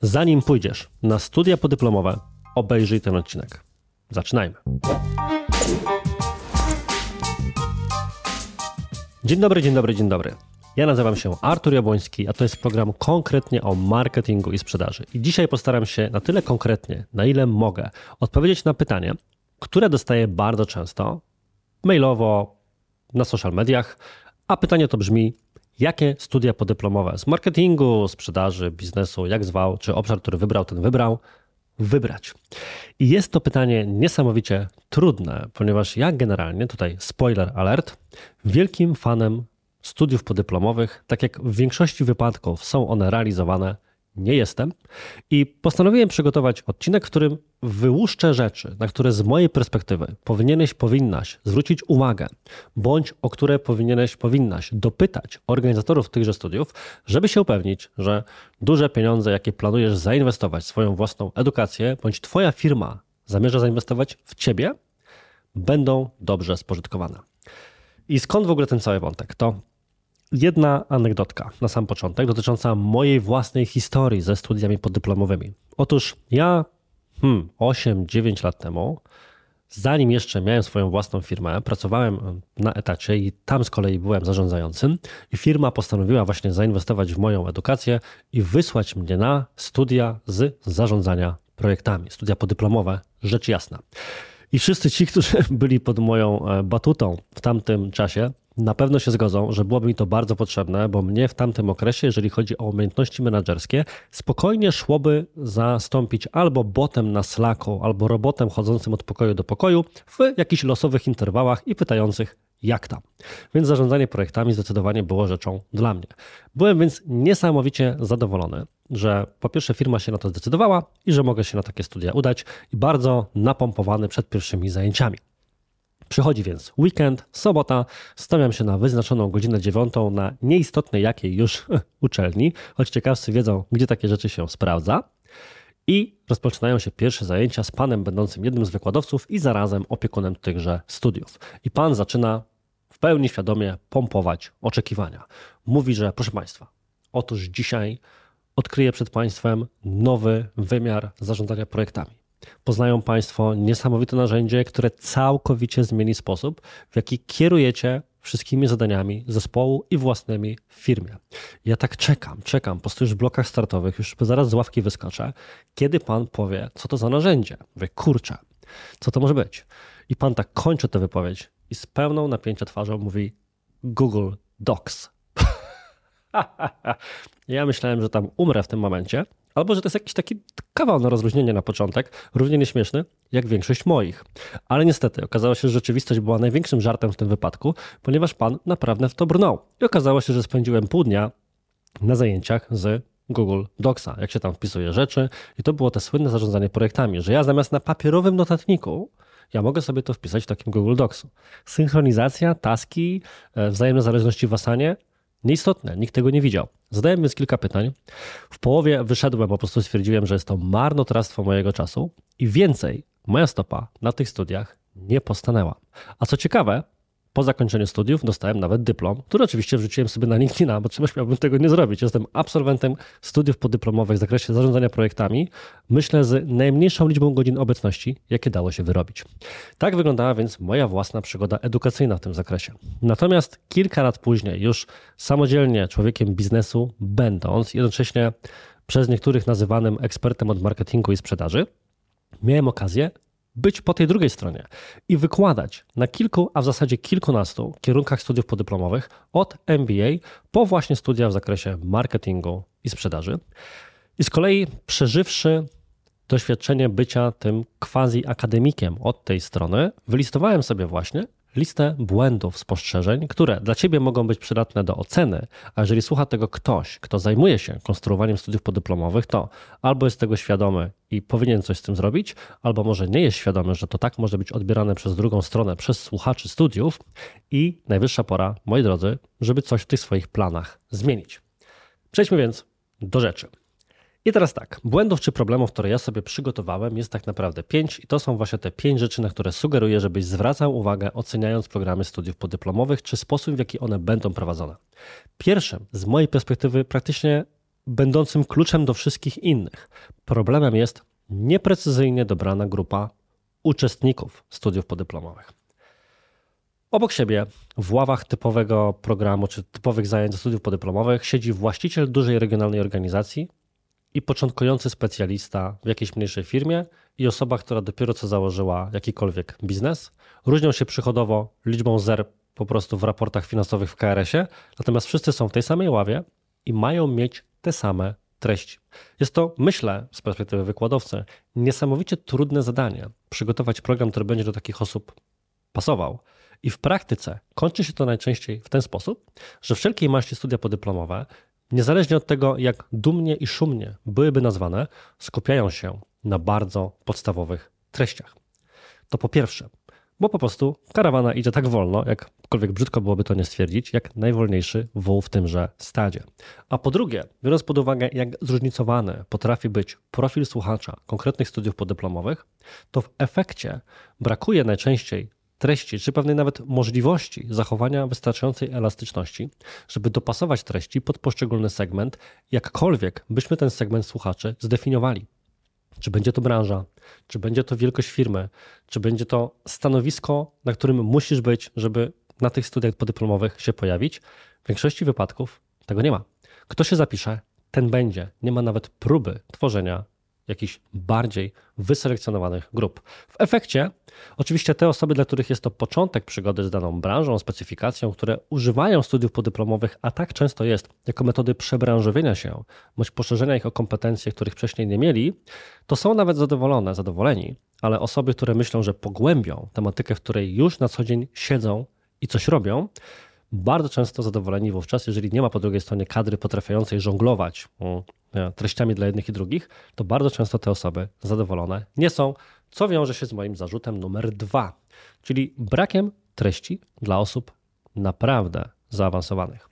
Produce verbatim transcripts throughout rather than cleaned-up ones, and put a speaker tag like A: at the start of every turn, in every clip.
A: Zanim pójdziesz na studia podyplomowe, obejrzyj ten odcinek. Zaczynajmy. Dzień dobry, dzień dobry, dzień dobry. Ja nazywam się Artur Jabłoński, a to jest program konkretnie o marketingu i sprzedaży. I dzisiaj postaram się na tyle konkretnie, na ile mogę, odpowiedzieć na pytanie, które dostaję bardzo często, mailowo, na social mediach, a pytanie to brzmi, jakie studia podyplomowe z marketingu, sprzedaży, biznesu, jak zwał, czy obszar, który wybrał, ten wybrał, wybrać. I jest to pytanie niesamowicie trudne, ponieważ ja generalnie, tutaj spoiler alert, wielkim fanem studiów podyplomowych, tak jak w większości wypadków są one realizowane, nie jestem i postanowiłem przygotować odcinek, w którym wyłuszczę rzeczy, na które z mojej perspektywy powinieneś, powinnaś zwrócić uwagę, bądź o które powinieneś, powinnaś dopytać organizatorów tychże studiów, żeby się upewnić, że duże pieniądze, jakie planujesz zainwestować w swoją własną edukację, bądź twoja firma zamierza zainwestować w ciebie, będą dobrze spożytkowane. I skąd w ogóle ten cały wątek? To jedna anegdotka na sam początek dotycząca mojej własnej historii ze studiami podyplomowymi. Otóż ja hmm, osiem dziewięć lat temu, zanim jeszcze miałem swoją własną firmę, pracowałem na etacie i tam z kolei byłem zarządzającym i firma postanowiła właśnie zainwestować w moją edukację i wysłać mnie na studia z zarządzania projektami, studia podyplomowe, rzecz jasna. I wszyscy ci, którzy byli pod moją batutą w tamtym czasie, na pewno się zgodzą, że byłoby mi to bardzo potrzebne, bo mnie w tamtym okresie, jeżeli chodzi o umiejętności menedżerskie, spokojnie szłoby zastąpić albo botem na Slacku, albo robotem chodzącym od pokoju do pokoju w jakichś losowych interwałach i pytających, jak tam. Więc zarządzanie projektami zdecydowanie było rzeczą dla mnie. Byłem więc niesamowicie zadowolony, że po pierwsze firma się na to zdecydowała i że mogę się na takie studia udać i bardzo napompowany przed pierwszymi zajęciami. Przychodzi więc weekend, sobota, stawiam się na wyznaczoną godzinę dziewiątą na nieistotnej jakiej już uczelni, choć ciekawcy wiedzą, gdzie takie rzeczy się sprawdza. I rozpoczynają się pierwsze zajęcia z panem będącym jednym z wykładowców i zarazem opiekunem tychże studiów. I pan zaczyna w pełni świadomie pompować oczekiwania. Mówi, że proszę państwa, otóż dzisiaj odkryję przed państwem nowy wymiar zarządzania projektami. Poznają państwo niesamowite narzędzie, które całkowicie zmieni sposób, w jaki kierujecie wszystkimi zadaniami zespołu i własnymi w firmie. Ja tak czekam, czekam, po prostu już w blokach startowych, już zaraz z ławki wyskoczę, kiedy pan powie, co to za narzędzie. Mówię, kurczę, co to może być? I pan tak kończy tę wypowiedź i z pełną napięcia twarzą mówi Google Docs. Ja myślałem, że tam umrę w tym momencie, albo że to jest jakiś taki kawał na rozluźnienie na początek, równie nieśmieszny jak większość moich. Ale niestety okazało się, że rzeczywistość była największym żartem w tym wypadku, ponieważ pan naprawdę w to brnął. I okazało się, że spędziłem pół dnia na zajęciach z Google Docsa, jak się tam wpisuje rzeczy i to było te słynne zarządzanie projektami, że ja zamiast na papierowym notatniku ja mogę sobie to wpisać w takim Google Docsu. Synchronizacja, taski, wzajemne zależności w Asanie, nieistotne, nikt tego nie widział. Zadałem więc kilka pytań. W połowie wyszedłem, po prostu stwierdziłem, że jest to marnotrawstwo mojego czasu i więcej moja stopa na tych studiach nie postanęła. A co ciekawe, po zakończeniu studiów dostałem nawet dyplom, który oczywiście wrzuciłem sobie na LinkedIna, bo czemuś miałbym tego nie zrobić. Jestem absolwentem studiów podyplomowych w zakresie zarządzania projektami, myślę z najmniejszą liczbą godzin obecności, jakie dało się wyrobić. Tak wyglądała więc moja własna przygoda edukacyjna w tym zakresie. Natomiast kilka lat później, już samodzielnie człowiekiem biznesu będąc, jednocześnie przez niektórych nazywanym ekspertem od marketingu i sprzedaży, miałem okazję być po tej drugiej stronie i wykładać na kilku, a w zasadzie kilkunastu kierunkach studiów podyplomowych od M B A po właśnie studia w zakresie marketingu i sprzedaży. I z kolei przeżywszy doświadczenie bycia tym quasi-akademikiem od tej strony, wylistowałem sobie właśnie listę błędów, spostrzeżeń, które dla ciebie mogą być przydatne do oceny, a jeżeli słucha tego ktoś, kto zajmuje się konstruowaniem studiów podyplomowych, to albo jest tego świadomy i powinien coś z tym zrobić, albo może nie jest świadomy, że to tak może być odbierane przez drugą stronę, przez słuchaczy studiów i najwyższa pora, moi drodzy, żeby coś w tych swoich planach zmienić. Przejdźmy więc do rzeczy. I teraz tak, błędów czy problemów, które ja sobie przygotowałem, jest tak naprawdę pięć i to są właśnie te pięć rzeczy, na które sugeruję, żebyś zwracał uwagę, oceniając programy studiów podyplomowych, czy sposób, w jaki one będą prowadzone. Pierwszym, z mojej perspektywy praktycznie będącym kluczem do wszystkich innych. Problemem jest nieprecyzyjnie dobrana grupa uczestników studiów podyplomowych. Obok siebie w ławach typowego programu czy typowych zajęć ze studiów podyplomowych siedzi właściciel dużej regionalnej organizacji i początkujący specjalista w jakiejś mniejszej firmie i osoba, która dopiero co założyła jakikolwiek biznes. Różnią się przychodowo liczbą zer po prostu w raportach finansowych w K R S-ie, natomiast wszyscy są w tej samej ławie i mają mieć te same treści. Jest to, myślę, z perspektywy wykładowcy, niesamowicie trudne zadanie przygotować program, który będzie do takich osób pasował. I w praktyce kończy się to najczęściej w ten sposób, że wszelkiej maści studia podyplomowe, niezależnie od tego, jak dumnie i szumnie byłyby nazwane, skupiają się na bardzo podstawowych treściach. To po pierwsze, bo po prostu karawana idzie tak wolno, jakkolwiek brzydko byłoby to nie stwierdzić, jak najwolniejszy wół w tymże stadzie. A po drugie, biorąc pod uwagę, jak zróżnicowany potrafi być profil słuchacza konkretnych studiów podyplomowych, to w efekcie brakuje najczęściej treści, czy pewnej nawet możliwości zachowania wystarczającej elastyczności, żeby dopasować treści pod poszczególny segment, jakkolwiek byśmy ten segment słuchaczy zdefiniowali. Czy będzie to branża, czy będzie to wielkość firmy, czy będzie to stanowisko, na którym musisz być, żeby na tych studiach podyplomowych się pojawić. W większości wypadków tego nie ma. Kto się zapisze, ten będzie. Nie ma nawet próby tworzenia jakichś bardziej wyselekcjonowanych grup. W efekcie oczywiście te osoby, dla których jest to początek przygody z daną branżą, specyfikacją, które używają studiów podyplomowych, a tak często jest, jako metody przebranżowienia się, bądź poszerzenia ich o kompetencje, których wcześniej nie mieli, to są nawet zadowolone, zadowoleni, ale osoby, które myślą, że pogłębią tematykę, w której już na co dzień siedzą i coś robią, bardzo często zadowoleni wówczas, jeżeli nie ma po drugiej stronie kadry potrafiącej żonglować treściami dla jednych i drugich, to bardzo często te osoby zadowolone nie są, co wiąże się z moim zarzutem numer dwa, czyli brakiem treści dla osób naprawdę zaawansowanych.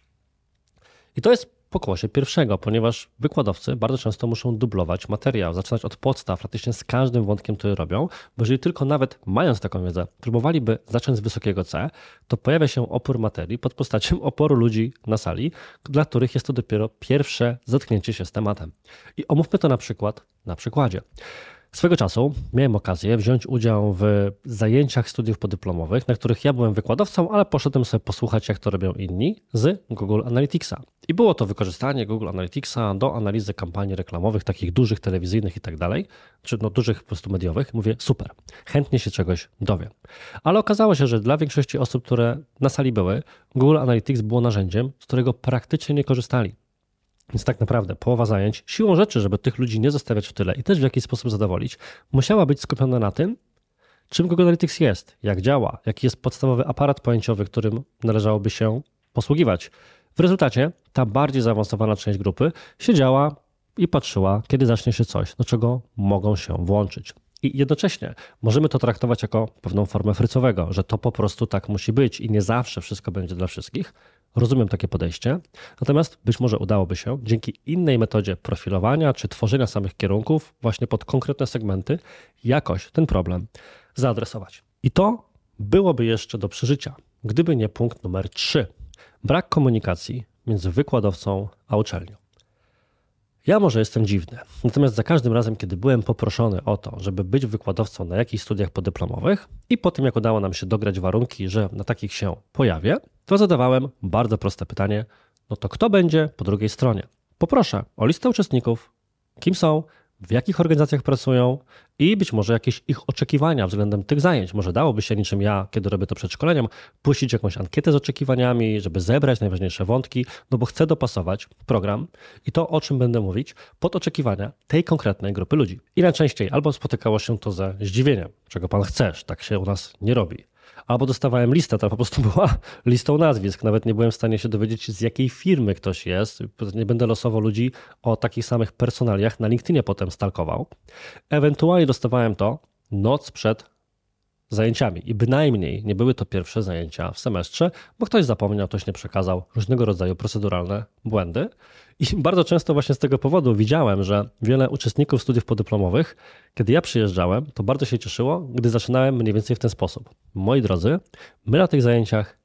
A: I to jest pokłosie pierwszego, ponieważ wykładowcy bardzo często muszą dublować materiał, zaczynać od podstaw, praktycznie z każdym wątkiem, który robią, bo jeżeli tylko nawet mając taką wiedzę, próbowaliby zacząć z wysokiego C, to pojawia się opór materii pod postacią oporu ludzi na sali, dla których jest to dopiero pierwsze zetknięcie się z tematem. I omówmy to na przykład na przykładzie. Swego czasu miałem okazję wziąć udział w zajęciach studiów podyplomowych, na których ja byłem wykładowcą, ale poszedłem sobie posłuchać, jak to robią inni z Google Analyticsa. I było to wykorzystanie Google Analyticsa do analizy kampanii reklamowych, takich dużych, telewizyjnych i tak dalej, czy no dużych po prostu mediowych. Mówię, super, chętnie się czegoś dowiem. Ale okazało się, że dla większości osób, które na sali były, Google Analytics było narzędziem, z którego praktycznie nie korzystali. Więc tak naprawdę połowa zajęć, siłą rzeczy, żeby tych ludzi nie zostawiać w tyle i też w jakiś sposób zadowolić, musiała być skupiona na tym, czym Google Analytics jest, jak działa, jaki jest podstawowy aparat pojęciowy, którym należałoby się posługiwać. W rezultacie ta bardziej zaawansowana część grupy siedziała i patrzyła, kiedy zacznie się coś, do czego mogą się włączyć. I jednocześnie możemy to traktować jako pewną formę frycowego, że to po prostu tak musi być i nie zawsze wszystko będzie dla wszystkich. Rozumiem takie podejście, natomiast być może udałoby się dzięki innej metodzie profilowania czy tworzenia samych kierunków właśnie pod konkretne segmenty jakoś ten problem zaadresować. I to byłoby jeszcze do przeżycia, gdyby nie punkt numer trzy. Brak komunikacji między wykładowcą a uczelnią. Ja może jestem dziwny, natomiast za każdym razem, kiedy byłem poproszony o to, żeby być wykładowcą na jakichś studiach podyplomowych i po tym, jak udało nam się dograć warunki, że na takich się pojawię, to zadawałem bardzo proste pytanie, no to kto będzie po drugiej stronie? Poproszę o listę uczestników, kim są, w jakich organizacjach pracują i być może jakieś ich oczekiwania względem tych zajęć. Może dałoby się niczym ja, kiedy robię to przed szkoleniem, puścić jakąś ankietę z oczekiwaniami, żeby zebrać najważniejsze wątki, no bo chcę dopasować program i to, o czym będę mówić, pod oczekiwania tej konkretnej grupy ludzi. I najczęściej albo spotykało się to ze zdziwieniem, czego pan chcesz, tak się u nas nie robi. Albo dostawałem listę, to po prostu była listą nazwisk. Nawet nie byłem w stanie się dowiedzieć, z jakiej firmy ktoś jest. Nie będę losowo ludzi o takich samych personaliach na LinkedInie potem stalkował. Ewentualnie dostawałem to noc przed zajęciami i bynajmniej nie były to pierwsze zajęcia w semestrze, bo ktoś zapomniał, ktoś nie przekazał, różnego rodzaju proceduralne błędy. I bardzo często właśnie z tego powodu widziałem, że wiele uczestników studiów podyplomowych, kiedy ja przyjeżdżałem, to bardzo się cieszyło, gdy zaczynałem mniej więcej w ten sposób. Moi drodzy, my na tych zajęciach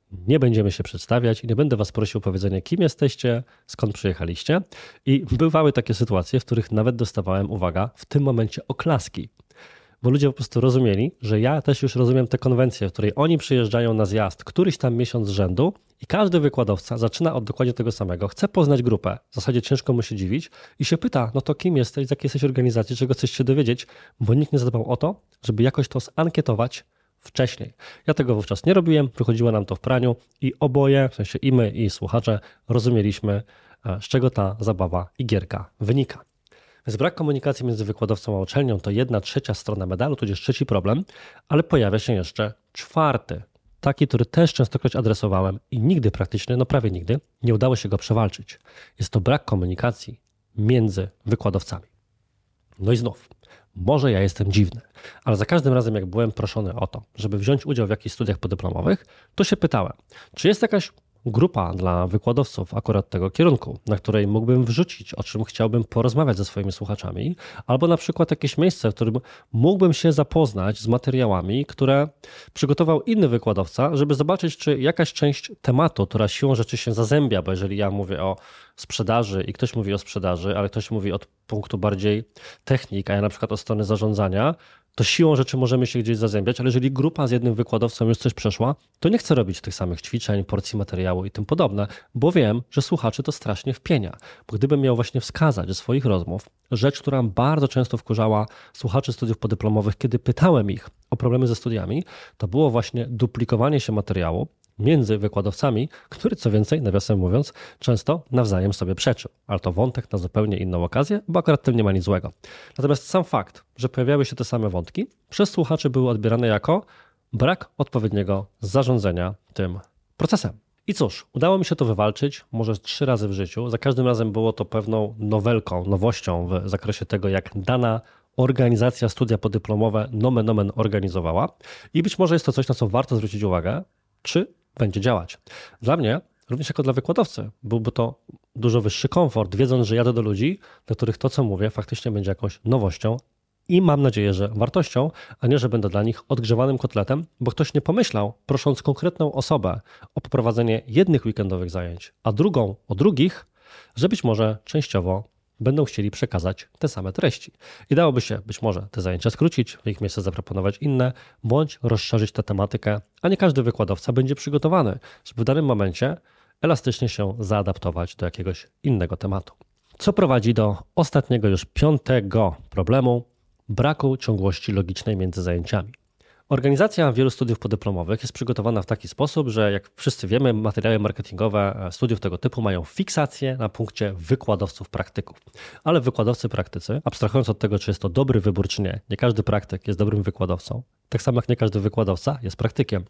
A: Nie będziemy się przedstawiać i nie będę was prosił o powiedzenie, kim jesteście, skąd przyjechaliście. I bywały takie sytuacje, w których nawet dostawałem, uwaga, w tym momencie oklaski. Bo ludzie po prostu rozumieli, że ja też już rozumiem tę konwencję, w której oni przyjeżdżają na zjazd któryś tam miesiąc z rzędu i każdy wykładowca zaczyna od dokładnie tego samego. Chce poznać grupę, w zasadzie ciężko mu się dziwić i się pyta, no to kim jesteś, z jakiej jesteś organizacji, czego chcesz się dowiedzieć, bo nikt nie zadbał o to, żeby jakoś to zankietować wcześniej. Ja tego wówczas nie robiłem, wychodziło nam to w praniu i oboje, w sensie i my, i słuchacze, rozumieliśmy, z czego ta zabawa i gierka wynika. Więc brak komunikacji między wykładowcą a uczelnią to jedna trzecia strona medalu, tudzież trzeci problem, ale pojawia się jeszcze czwarty, taki, który też częstokroć adresowałem i nigdy praktycznie, no prawie nigdy, nie udało się go przewalczyć. Jest to brak komunikacji między wykładowcami. No i znów, może ja jestem dziwny, ale za każdym razem jak byłem proszony o to, żeby wziąć udział w jakichś studiach podyplomowych, to się pytałem, czy jest jakaś grupa dla wykładowców akurat tego kierunku, na której mógłbym wrzucić, o czym chciałbym porozmawiać ze swoimi słuchaczami, albo na przykład jakieś miejsce, w którym mógłbym się zapoznać z materiałami, które przygotował inny wykładowca, żeby zobaczyć, czy jakaś część tematu, która siłą rzeczy się zazębia, bo jeżeli ja mówię o sprzedaży i ktoś mówi o sprzedaży, ale ktoś mówi od punktu bardziej technik, a ja na przykład od strony zarządzania, to siłą rzeczy możemy się gdzieś zazębiać, ale jeżeli grupa z jednym wykładowcą już coś przeszła, to nie chcę robić tych samych ćwiczeń, porcji materiału i tym podobne, bo wiem, że słuchaczy to strasznie wpienia. Bo gdybym miał właśnie wskazać ze swoich rozmów rzecz, która bardzo często wkurzała słuchaczy studiów podyplomowych, kiedy pytałem ich o problemy ze studiami, to było właśnie duplikowanie się materiału między wykładowcami, który co więcej, nawiasem mówiąc, często nawzajem sobie przeczył. Ale to wątek na zupełnie inną okazję, bo akurat w tym nie ma nic złego. Natomiast sam fakt, że pojawiały się te same wątki, przez słuchaczy były odbierane jako brak odpowiedniego zarządzania tym procesem. I cóż, udało mi się to wywalczyć może trzy razy w życiu. Za każdym razem było to pewną nowelką, nowością w zakresie tego, jak dana organizacja studia podyplomowe nomen omen organizowała. I być może jest to coś, na co warto zwrócić uwagę, czy będzie działać. Dla mnie, również jako dla wykładowcy, byłby to dużo wyższy komfort, wiedząc, że jadę do ludzi, dla których to, co mówię, faktycznie będzie jakąś nowością i mam nadzieję, że wartością, a nie, że będę dla nich odgrzewanym kotletem, bo ktoś nie pomyślał, prosząc konkretną osobę o poprowadzenie jednych weekendowych zajęć, a drugą o drugich, że być może częściowo będą chcieli przekazać te same treści. I dałoby się być może te zajęcia skrócić, w ich miejsce zaproponować inne, bądź rozszerzyć tę tematykę, a nie każdy wykładowca będzie przygotowany, żeby w danym momencie elastycznie się zaadaptować do jakiegoś innego tematu. Co prowadzi do ostatniego, już piątego problemu, braku ciągłości logicznej między zajęciami. Organizacja wielu studiów podyplomowych jest przygotowana w taki sposób, że jak wszyscy wiemy, materiały marketingowe studiów tego typu mają fiksację na punkcie wykładowców praktyków. Ale wykładowcy praktycy, abstrahując od tego, czy jest to dobry wybór, czy nie, nie każdy praktyk jest dobrym wykładowcą, tak samo jak nie każdy wykładowca jest praktykiem,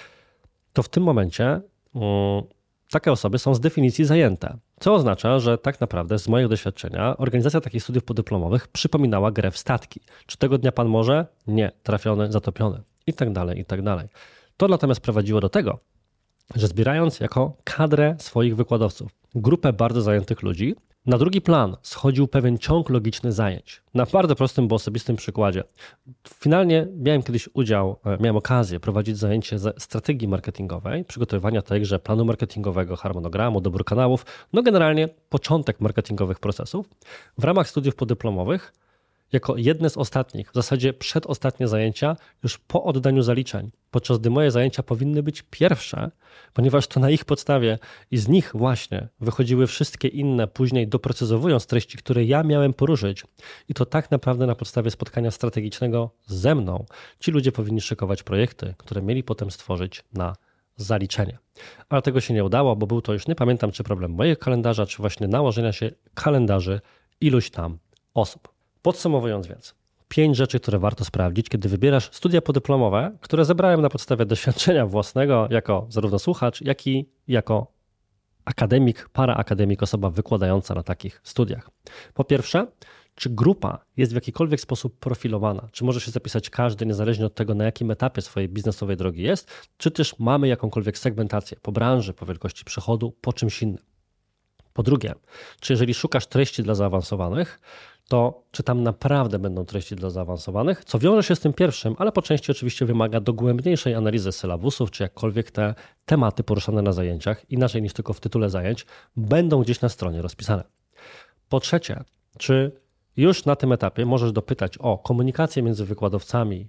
A: to w tym momencie um, takie osoby są z definicji zajęte. Co oznacza, że tak naprawdę z mojego doświadczenia organizacja takich studiów podyplomowych przypominała grę w statki. Czy tego dnia pan może? Nie. Trafiony, zatopiony. I tak dalej, i tak dalej. To natomiast prowadziło do tego, że zbierając jako kadrę swoich wykładowców grupę bardzo zajętych ludzi, na drugi plan schodził pewien ciąg logiczny zajęć. Na bardzo prostym, bo osobistym przykładzie. Finalnie miałem kiedyś udział, miałem okazję prowadzić zajęcie ze strategii marketingowej, przygotowywania także planu marketingowego, harmonogramu, doboru kanałów, no generalnie początek marketingowych procesów w ramach studiów podyplomowych jako jedne z ostatnich, w zasadzie przedostatnie zajęcia już po oddaniu zaliczeń, podczas gdy moje zajęcia powinny być pierwsze, ponieważ to na ich podstawie i z nich właśnie wychodziły wszystkie inne, później doprecyzowując treści, które ja miałem poruszyć. I to tak naprawdę na podstawie spotkania strategicznego ze mną ci ludzie powinni szykować projekty, które mieli potem stworzyć na zaliczenie. Ale tego się nie udało, bo był to już nie pamiętam, czy problem mojego kalendarza, czy właśnie nałożenia się kalendarzy iluś tam osób. Podsumowując więc, pięć rzeczy, które warto sprawdzić, kiedy wybierasz studia podyplomowe, które zebrałem na podstawie doświadczenia własnego jako zarówno słuchacz, jak i jako akademik, paraakademik, osoba wykładająca na takich studiach. Po pierwsze, czy grupa jest w jakikolwiek sposób profilowana? Czy może się zapisać każdy, niezależnie od tego, na jakim etapie swojej biznesowej drogi jest? Czy też mamy jakąkolwiek segmentację po branży, po wielkości przychodu, po czymś innym? Po drugie, czy jeżeli szukasz treści dla zaawansowanych, to czy tam naprawdę będą treści dla zaawansowanych, co wiąże się z tym pierwszym, ale po części oczywiście wymaga dogłębniejszej analizy sylabusów, czy jakkolwiek te tematy poruszane na zajęciach, inaczej niż tylko w tytule zajęć, będą gdzieś na stronie rozpisane. Po trzecie, czy już na tym etapie możesz dopytać o komunikację między wykładowcami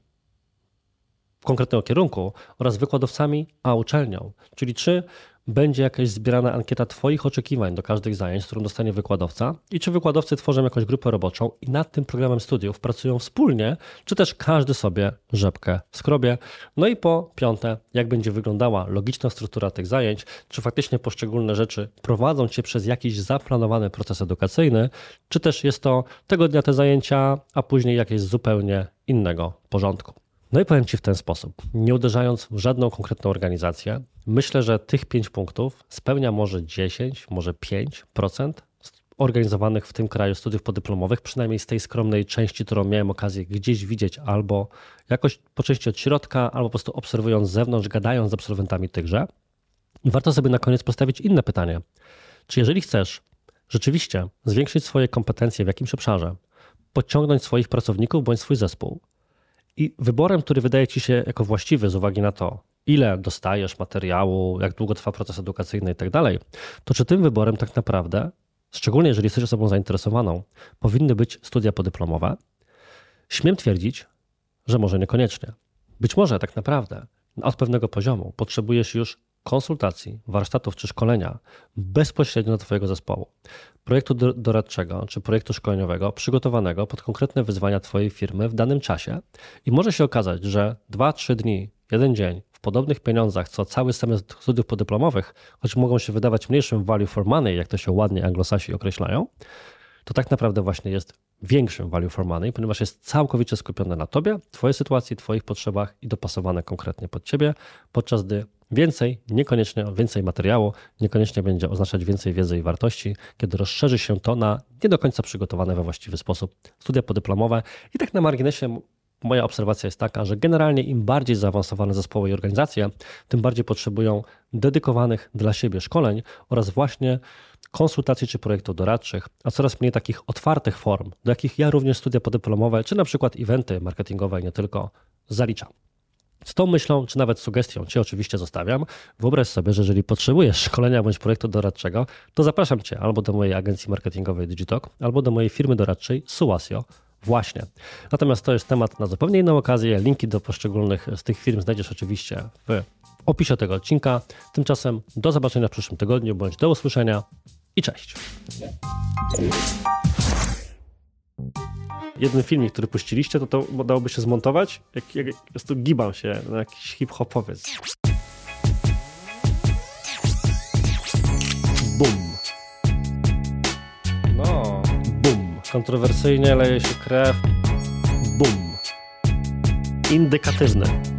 A: konkretnego kierunku oraz wykładowcami a uczelnią, czyli czy będzie jakaś zbierana ankieta Twoich oczekiwań do każdych zajęć, którą dostanie wykładowca i czy wykładowcy tworzą jakąś grupę roboczą i nad tym programem studiów pracują wspólnie, czy też każdy sobie rzepkę skrobie. No i po piąte, jak będzie wyglądała logiczna struktura tych zajęć, czy faktycznie poszczególne rzeczy prowadzą Cię przez jakiś zaplanowany proces edukacyjny, czy też jest to tego dnia te zajęcia, a później jakieś zupełnie innego porządku. No i powiem Ci w ten sposób, nie uderzając w żadną konkretną organizację, myślę, że tych pięć punktów spełnia może dziesięć, może pięć procent organizowanych w tym kraju studiów podyplomowych, przynajmniej z tej skromnej części, którą miałem okazję gdzieś widzieć albo jakoś po części od środka, albo po prostu obserwując z zewnątrz, gadając z absolwentami tychże. I warto sobie na koniec postawić inne pytanie. Czy jeżeli chcesz rzeczywiście zwiększyć swoje kompetencje w jakimś obszarze, podciągnąć swoich pracowników bądź swój zespół, i wyborem, który wydaje Ci się jako właściwy z uwagi na to, ile dostajesz materiału, jak długo trwa proces edukacyjny i tak dalej, to czy tym wyborem tak naprawdę, szczególnie jeżeli jesteś osobą zainteresowaną, powinny być studia podyplomowe? Śmiem twierdzić, że może niekoniecznie. Być może tak naprawdę od pewnego poziomu potrzebujesz już konsultacji, warsztatów czy szkolenia bezpośrednio do Twojego zespołu, projektu doradczego czy projektu szkoleniowego przygotowanego pod konkretne wyzwania Twojej firmy w danym czasie i może się okazać, że dwa trzy dni, jeden dzień w podobnych pieniądzach co cały semestr studiów podyplomowych, choć mogą się wydawać mniejszym value for money, jak to się ładnie anglosasi określają, to tak naprawdę właśnie jest większym value for money, ponieważ jest całkowicie skupione na Tobie, Twojej sytuacji, Twoich potrzebach i dopasowane konkretnie pod Ciebie, podczas gdy więcej, niekoniecznie więcej materiału, niekoniecznie będzie oznaczać więcej wiedzy i wartości, kiedy rozszerzy się to na nie do końca przygotowane we właściwy sposób studia podyplomowe. I tak na marginesie moja obserwacja jest taka, że generalnie im bardziej zaawansowane zespoły i organizacje, tym bardziej potrzebują dedykowanych dla siebie szkoleń oraz właśnie konsultacji czy projektów doradczych, a coraz mniej takich otwartych form, do jakich ja również studia podyplomowe, czy na przykład eventy marketingowe i nie tylko, zaliczam. Z tą myślą, czy nawet sugestią Cię oczywiście zostawiam. Wyobraź sobie, że jeżeli potrzebujesz szkolenia bądź projektu doradczego, to zapraszam Cię albo do mojej agencji marketingowej Digitalk, albo do mojej firmy doradczej Suasio. Właśnie. Natomiast to jest temat na zupełnie inną okazję. Linki do poszczególnych z tych firm znajdziesz oczywiście w opisie tego odcinka. Tymczasem do zobaczenia w przyszłym tygodniu, bądź do usłyszenia i cześć. Jeden filmik, który puściliście, to, to dałoby się zmontować, jak, jak po prostu gibam się na jakiś hip-hopowiec. Bum. No, bum. Kontrowersyjnie leje się krew. Bum. Indykatywny.